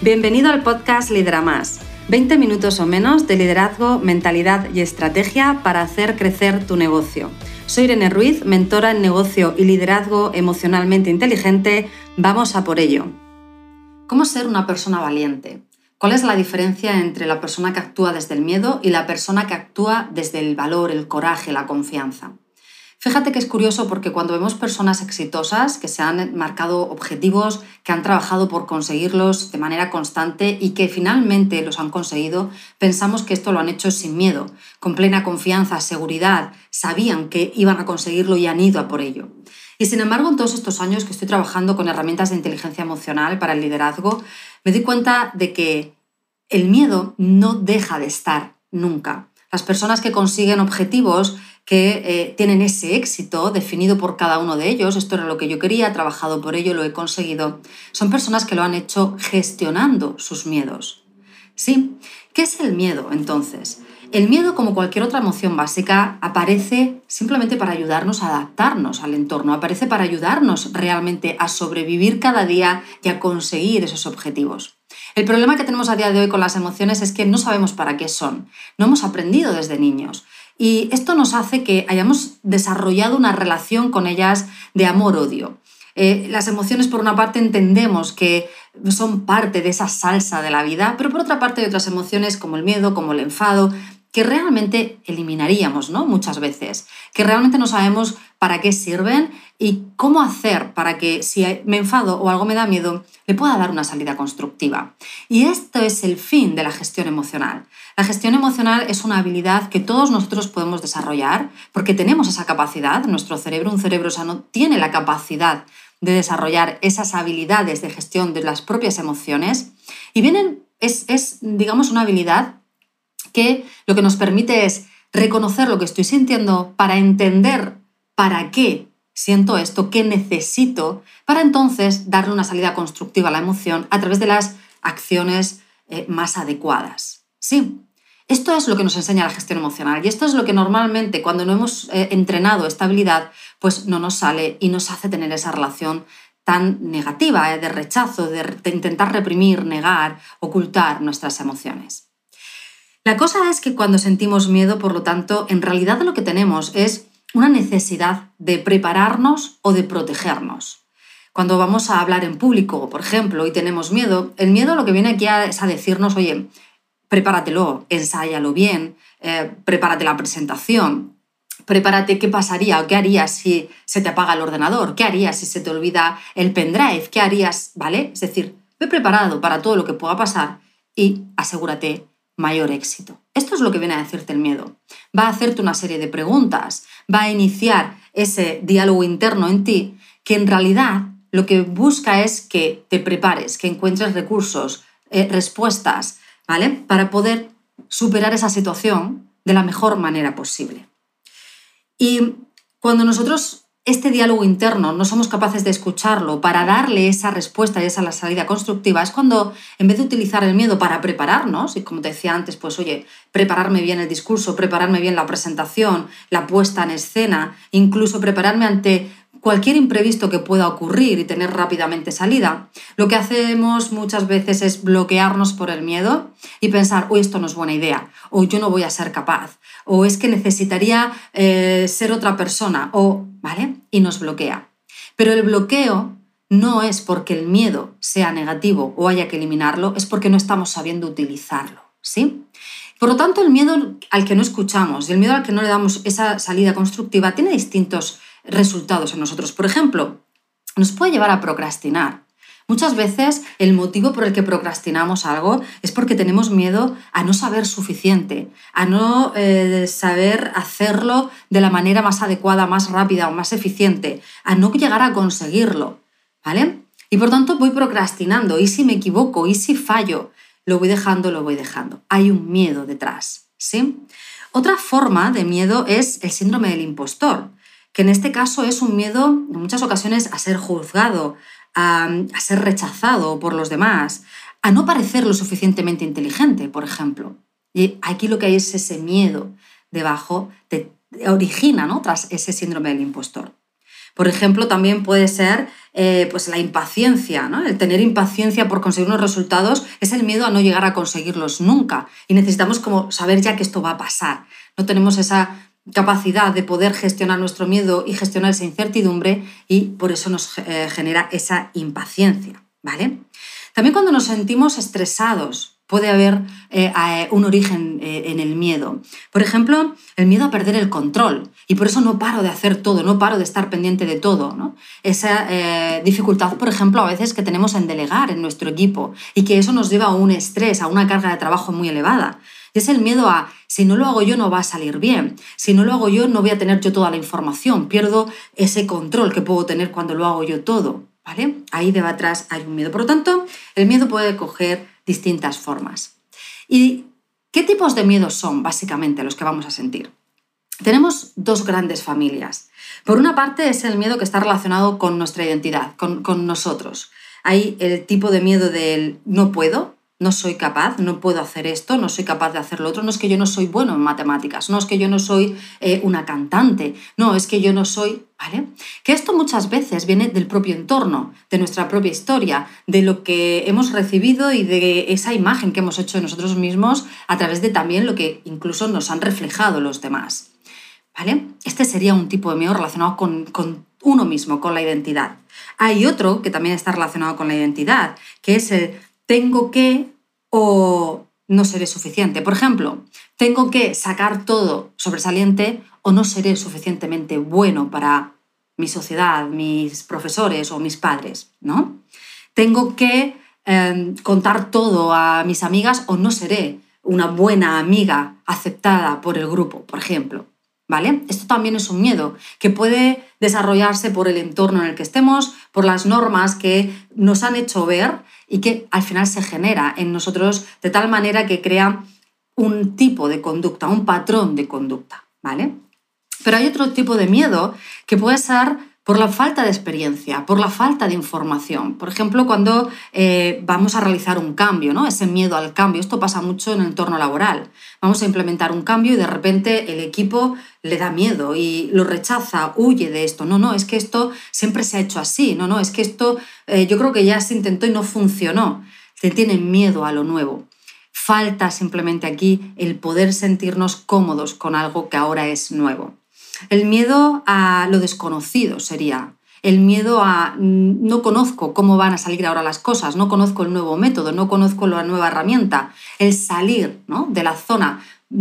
Bienvenido al podcast Lidera Más. 20 minutos o menos de liderazgo, mentalidad y estrategia para hacer crecer tu negocio. Soy Irene Ruiz, mentora en negocio y liderazgo emocionalmente inteligente. Vamos a por ello. ¿Cómo ser una persona valiente? ¿Cuál es la diferencia entre la persona que actúa desde el miedo y la persona que actúa desde el valor, el coraje, la confianza? Fíjate que es curioso porque cuando vemos personas exitosas que se han marcado objetivos, que han trabajado por conseguirlos de manera constante y que finalmente los han conseguido, pensamos que esto lo han hecho sin miedo, con plena confianza, seguridad, sabían que iban a conseguirlo y han ido a por ello. Y sin embargo, en todos estos años que estoy trabajando con herramientas de inteligencia emocional para el liderazgo, me doy cuenta de que el miedo no deja de estar nunca. Las personas que consiguen objetivos que tienen ese éxito definido por cada uno de ellos, esto era lo que yo quería, he trabajado por ello, lo he conseguido, son personas que lo han hecho gestionando sus miedos. ¿Sí? ¿Qué es el miedo entonces? El miedo, como cualquier otra emoción básica, aparece simplemente para ayudarnos a adaptarnos al entorno, aparece para ayudarnos realmente a sobrevivir cada día y a conseguir esos objetivos. El problema que tenemos a día de hoy con las emociones es que no sabemos para qué son, no hemos aprendido desde niños. Y esto nos hace que hayamos desarrollado una relación con ellas de amor-odio. Las emociones, por una parte, entendemos que son parte de esa salsa de la vida, pero por otra parte hay otras emociones como el miedo, como el enfado, que realmente eliminaríamos, ¿no? Muchas veces, que realmente no sabemos para qué sirven y cómo hacer para que si me enfado o algo me da miedo, le pueda dar una salida constructiva. Y esto es el fin de la gestión emocional. La gestión emocional es una habilidad que todos nosotros podemos desarrollar porque tenemos esa capacidad. Nuestro cerebro, un cerebro sano, tiene la capacidad de desarrollar esas habilidades de gestión de las propias emociones y digamos, una habilidad que lo que nos permite es reconocer lo que estoy sintiendo para entender para qué siento esto, qué necesito, para entonces darle una salida constructiva a la emoción a través de las acciones más adecuadas. Sí, esto es lo que nos enseña la gestión emocional y esto es lo que normalmente cuando no hemos entrenado esta habilidad, pues no nos sale y nos hace tener esa relación tan negativa, de rechazo, de intentar reprimir, negar, ocultar nuestras emociones. La cosa es que cuando sentimos miedo, por lo tanto, en realidad lo que tenemos es una necesidad de prepararnos o de protegernos. Cuando vamos a hablar en público, por ejemplo, y tenemos miedo, el miedo lo que viene aquí es a decirnos, oye, prepáratelo, ensáyalo bien, prepárate la presentación, prepárate qué pasaría o qué harías si se te apaga el ordenador, qué harías si se te olvida el pendrive, qué harías, ¿vale? Es decir, ve preparado para todo lo que pueda pasar y asegúrate mayor éxito. Esto es lo que viene a decirte el miedo. Va a hacerte una serie de preguntas, va a iniciar ese diálogo interno en ti que en realidad lo que busca es que te prepares, que encuentres recursos, respuestas, ¿vale? Para poder superar esa situación de la mejor manera posible. Y cuando nosotros este diálogo interno no somos capaces de escucharlo para darle esa respuesta y esa la salida constructiva, es cuando en vez de utilizar el miedo para prepararnos, y como te decía antes, pues oye, prepararme bien el discurso, prepararme bien la presentación, la puesta en escena, incluso prepararme ante cualquier imprevisto que pueda ocurrir y tener rápidamente salida, lo que hacemos muchas veces es bloquearnos por el miedo y pensar, uy, esto no es buena idea, o yo no voy a ser capaz, o es que necesitaría ser otra persona, o, ¿vale? Y nos bloquea. Pero el bloqueo no es porque el miedo sea negativo o haya que eliminarlo, es porque no estamos sabiendo utilizarlo, ¿sí? Por lo tanto, el miedo al que no escuchamos y el miedo al que no le damos esa salida constructiva tiene distintos resultados en nosotros. Por ejemplo, nos puede llevar a procrastinar. Muchas veces el motivo por el que procrastinamos algo es porque tenemos miedo a no saber suficiente, a no saber hacerlo de la manera más adecuada, más rápida o más eficiente, a no llegar a conseguirlo, ¿vale? Y por tanto voy procrastinando. ¿Y si me equivoco? ¿Y si fallo? Lo voy dejando. Hay un miedo detrás, ¿sí? Otra forma de miedo es el síndrome del impostor, que en este caso es un miedo en muchas ocasiones a ser juzgado, a ser rechazado por los demás, a no parecer lo suficientemente inteligente, por ejemplo. Y aquí lo que hay es ese miedo debajo, origina, ¿no?, tras ese síndrome del impostor. Por ejemplo, también puede ser pues la impaciencia, ¿no? El tener impaciencia por conseguir unos resultados es el miedo a no llegar a conseguirlos nunca. Y necesitamos como saber ya que esto va a pasar. No tenemos esa capacidad de poder gestionar nuestro miedo y gestionar esa incertidumbre y por eso nos genera esa impaciencia, ¿vale? También cuando nos sentimos estresados puede haber un origen en el miedo. Por ejemplo, el miedo a perder el control y por eso no paro de hacer todo, no paro de estar pendiente de todo, ¿no? Esa dificultad, por ejemplo, a veces que tenemos en delegar en nuestro equipo y que eso nos lleva a un estrés, a una carga de trabajo muy elevada. Y es el miedo a, si no lo hago yo no va a salir bien, si no lo hago yo no voy a tener yo toda la información, pierdo ese control que puedo tener cuando lo hago yo todo, ¿vale? Ahí de atrás hay un miedo. Por lo tanto, el miedo puede coger distintas formas. ¿Y qué tipos de miedos son básicamente los que vamos a sentir? Tenemos dos grandes familias. Por una parte es el miedo que está relacionado con nuestra identidad, con nosotros. Hay el tipo de miedo del no puedo, no soy capaz, no puedo hacer esto, no soy capaz de hacer lo otro, no es que yo no soy bueno en matemáticas, no es que yo no soy una cantante, no, es que yo no soy, ¿vale? Que esto muchas veces viene del propio entorno, de nuestra propia historia, de lo que hemos recibido y de esa imagen que hemos hecho de nosotros mismos a través de también lo que incluso nos han reflejado los demás, ¿vale? Este sería un tipo de miedo relacionado con uno mismo, con la identidad. Hay otro que también está relacionado con la identidad, que es el tengo que o no seré suficiente. Por ejemplo, tengo que sacar todo sobresaliente o no seré suficientemente bueno para mi sociedad, mis profesores o mis padres, ¿no? Tengo que contar todo a mis amigas o no seré una buena amiga aceptada por el grupo, por ejemplo. ¿Vale? Esto también es un miedo que puede desarrollarse por el entorno en el que estemos, por las normas que nos han hecho ver y que al final se genera en nosotros de tal manera que crea un tipo de conducta, un patrón de conducta, ¿vale? Pero hay otro tipo de miedo que puede ser por la falta de experiencia, por la falta de información. Por ejemplo, cuando vamos a realizar un cambio, ¿no? Ese miedo al cambio. Esto pasa mucho en el entorno laboral. Vamos a implementar un cambio y de repente el equipo le da miedo y lo rechaza, huye de esto. No, es que esto siempre se ha hecho así. No, es que esto yo creo que ya se intentó y no funcionó. Se tienen miedo a lo nuevo. Falta simplemente aquí el poder sentirnos cómodos con algo que ahora es nuevo. El miedo a lo desconocido sería, el miedo a no conozco cómo van a salir ahora las cosas, no conozco el nuevo método, no conozco la nueva herramienta, el salir, ¿no?, de la zona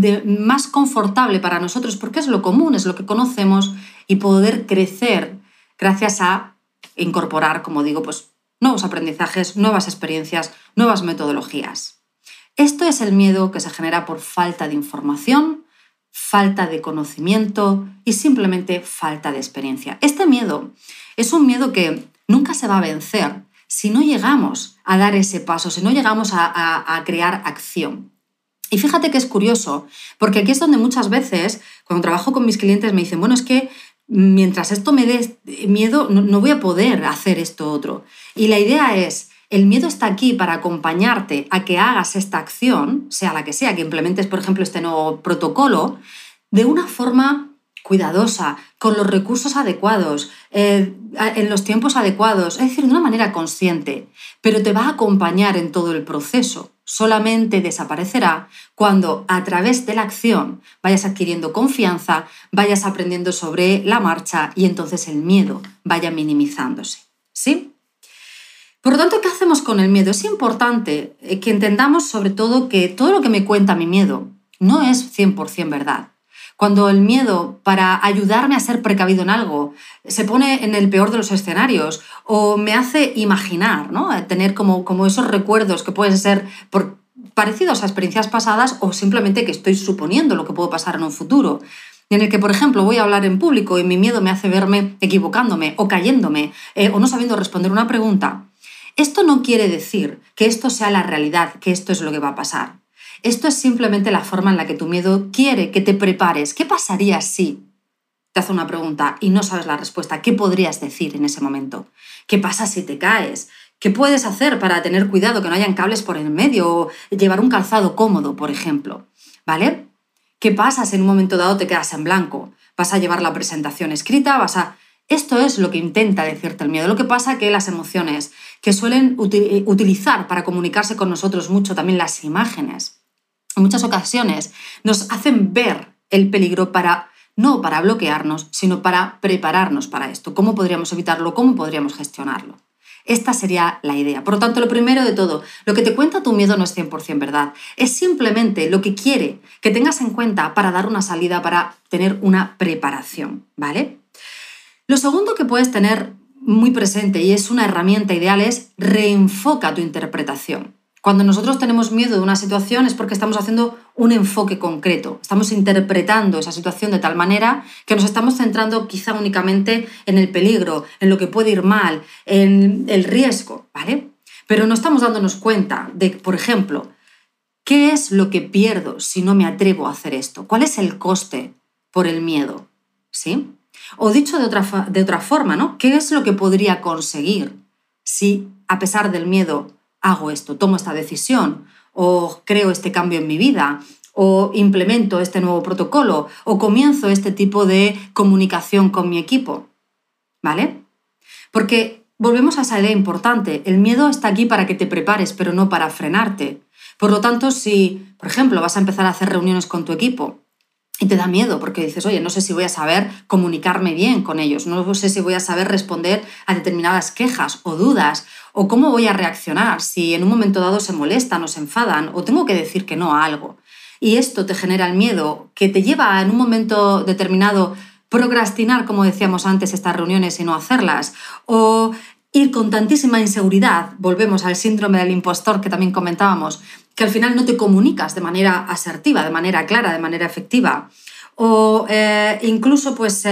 más confortable para nosotros porque es lo común, es lo que conocemos y poder crecer gracias a incorporar, como digo, pues nuevos aprendizajes, nuevas experiencias, nuevas metodologías. Esto es el miedo que se genera por falta de información, falta de conocimiento y simplemente falta de experiencia. Este miedo es un miedo que nunca se va a vencer si no llegamos a dar ese paso, si no llegamos a crear acción. Y fíjate que es curioso, porque aquí es donde muchas veces, cuando trabajo con mis clientes, me dicen, bueno, es que mientras esto me dé miedo, no voy a poder hacer esto otro. Y la idea es, el miedo está aquí para acompañarte a que hagas esta acción, sea la que sea, que implementes, por ejemplo, este nuevo protocolo, de una forma cuidadosa, con los recursos adecuados, en los tiempos adecuados, es decir, de una manera consciente, pero te va a acompañar en todo el proceso. Solamente desaparecerá cuando a través de la acción vayas adquiriendo confianza, vayas aprendiendo sobre la marcha y entonces el miedo vaya minimizándose, ¿sí? Por lo tanto, ¿qué hacemos con el miedo? Es importante que entendamos sobre todo que todo lo que me cuenta mi miedo no es 100% verdad. Cuando el miedo, para ayudarme a ser precavido en algo, se pone en el peor de los escenarios o me hace imaginar, ¿no?, tener como esos recuerdos que pueden ser parecidos a experiencias pasadas o simplemente que estoy suponiendo lo que puede pasar en un futuro, en el que, por ejemplo, voy a hablar en público y mi miedo me hace verme equivocándome o cayéndome o no sabiendo responder una pregunta. Esto no quiere decir que esto sea la realidad, que esto es lo que va a pasar. Esto es simplemente la forma en la que tu miedo quiere que te prepares. ¿Qué pasaría si te hace una pregunta y no sabes la respuesta? ¿Qué podrías decir en ese momento? ¿Qué pasa si te caes? ¿Qué puedes hacer para tener cuidado que no hayan cables por el medio o llevar un calzado cómodo, por ejemplo? ¿Vale? ¿Qué pasa si en un momento dado te quedas en blanco? ¿Vas a llevar la presentación escrita? Esto es lo que intenta decirte el miedo. Lo que pasa es que las emociones, que suelen utilizar para comunicarse con nosotros mucho también las imágenes, en muchas ocasiones nos hacen ver el peligro no para bloquearnos, sino para prepararnos para esto. ¿Cómo podríamos evitarlo? ¿Cómo podríamos gestionarlo? Esta sería la idea. Por lo tanto, lo primero de todo, lo que te cuenta tu miedo no es 100% verdad. Es simplemente lo que quiere que tengas en cuenta para dar una salida, para tener una preparación, ¿vale? Lo segundo que puedes tener muy presente, y es una herramienta ideal, es reenfoca tu interpretación. Cuando nosotros tenemos miedo de una situación es porque estamos haciendo un enfoque concreto, estamos interpretando esa situación de tal manera que nos estamos centrando quizá únicamente en el peligro, en lo que puede ir mal, en el riesgo, ¿vale? Pero no estamos dándonos cuenta de, por ejemplo, ¿qué es lo que pierdo si no me atrevo a hacer esto? ¿Cuál es el coste por el miedo? ¿Sí? O dicho de otra forma, ¿no? ¿Qué es lo que podría conseguir si, a pesar del miedo, hago esto, tomo esta decisión, o creo este cambio en mi vida, o implemento este nuevo protocolo, o comienzo este tipo de comunicación con mi equipo? ¿Vale? Porque volvemos a esa idea importante. El miedo está aquí para que te prepares, pero no para frenarte. Por lo tanto, si, por ejemplo, vas a empezar a hacer reuniones con tu equipo y te da miedo porque dices, oye, no sé si voy a saber comunicarme bien con ellos, no sé si voy a saber responder a determinadas quejas o dudas, o cómo voy a reaccionar si en un momento dado se molestan o se enfadan, o tengo que decir que no a algo. Y esto te genera el miedo que te lleva en un momento determinado procrastinar, como decíamos antes, estas reuniones y no hacerlas, o ir con tantísima inseguridad, volvemos al síndrome del impostor que también comentábamos, que al final no te comunicas de manera asertiva, de manera clara, de manera efectiva, o incluso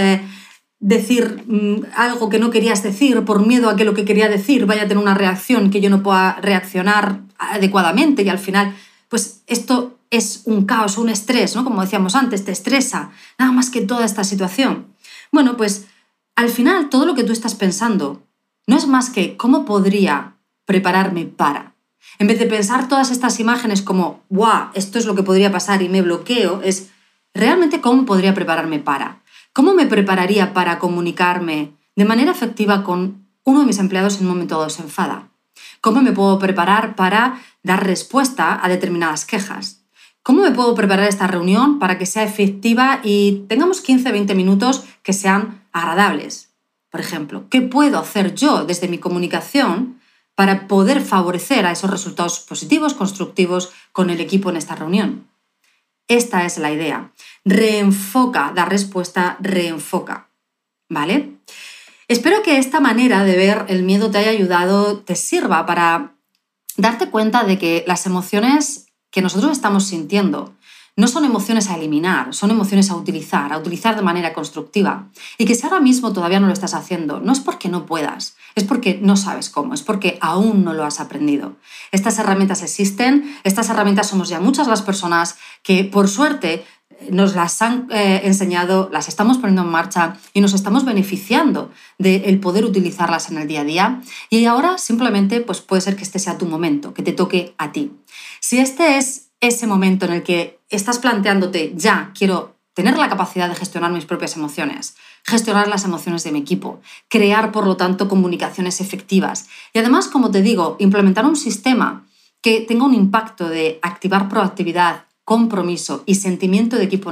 decir algo que no querías decir por miedo a que lo que quería decir vaya a tener una reacción que yo no pueda reaccionar adecuadamente, y al final pues esto es un caos, un estrés, ¿no? Como decíamos antes, te estresa nada más que toda esta situación. Bueno, pues al final todo lo que tú estás pensando no es más que cómo podría prepararme para. En vez de pensar todas estas imágenes como, ¡guau!, esto es lo que podría pasar y me bloqueo, es realmente cómo podría prepararme para. ¿Cómo me prepararía para comunicarme de manera efectiva con uno de mis empleados en un momento dado se enfada? ¿Cómo me puedo preparar para dar respuesta a determinadas quejas? ¿Cómo me puedo preparar esta reunión para que sea efectiva y tengamos 15-20 minutos que sean agradables? Por ejemplo, ¿qué puedo hacer yo desde mi comunicación para poder favorecer a esos resultados positivos, constructivos con el equipo en esta reunión? Esta es la idea. Reenfoca, da respuesta, reenfoca. ¿Vale? Espero que esta manera de ver el miedo te haya ayudado, te sirva para darte cuenta de que las emociones que nosotros estamos sintiendo no son emociones a eliminar, son emociones a utilizar de manera constructiva. Y que si ahora mismo todavía no lo estás haciendo, no es porque no puedas, es porque no sabes cómo, es porque aún no lo has aprendido. Estas herramientas existen, estas herramientas somos ya muchas las personas que, por suerte, nos las han enseñado, las estamos poniendo en marcha y nos estamos beneficiando del poder utilizarlas en el día a día. Y ahora simplemente pues puede ser que este sea tu momento, que te toque a ti. Si este es ese momento en el que estás planteándote, ya quiero tener la capacidad de gestionar mis propias emociones, gestionar las emociones de mi equipo, crear, por lo tanto, comunicaciones efectivas y además, como te digo, implementar un sistema que tenga un impacto de activar proactividad, compromiso y sentimiento de equipo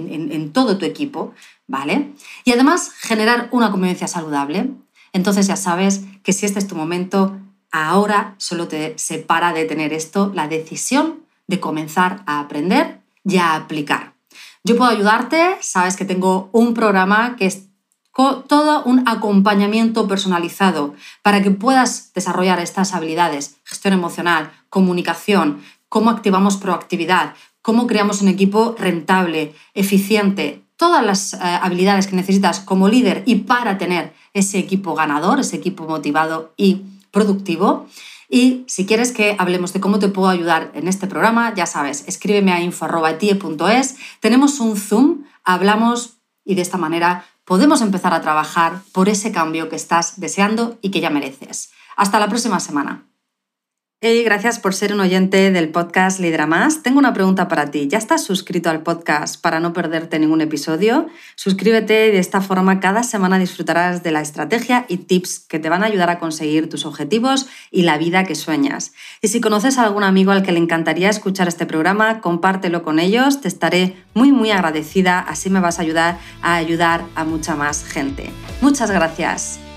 en todo tu equipo, ¿vale? Y además generar una convivencia saludable. Entonces ya sabes que si este es tu momento, ahora solo te separa de tener esto la decisión de comenzar a aprender y a aplicar. Yo puedo ayudarte, sabes que tengo un programa que es todo un acompañamiento personalizado para que puedas desarrollar estas habilidades, gestión emocional, comunicación, cómo activamos proactividad, cómo creamos un equipo rentable, eficiente, todas las habilidades que necesitas como líder y para tener ese equipo ganador, ese equipo motivado y productivo. Y si quieres que hablemos de cómo te puedo ayudar en este programa, ya sabes, escríbeme a info@tie.es, tenemos un Zoom, hablamos y de esta manera podemos empezar a trabajar por ese cambio que estás deseando y que ya mereces. Hasta la próxima semana. Hey, gracias por ser un oyente del podcast Lidera Más. Tengo una pregunta para ti. ¿Ya estás suscrito al podcast para no perderte ningún episodio? Suscríbete, de esta forma cada semana disfrutarás de la estrategia y tips que te van a ayudar a conseguir tus objetivos y la vida que sueñas. Y si conoces a algún amigo al que le encantaría escuchar este programa, compártelo con ellos. Te estaré muy agradecida. Así me vas a ayudar a mucha más gente. Muchas gracias.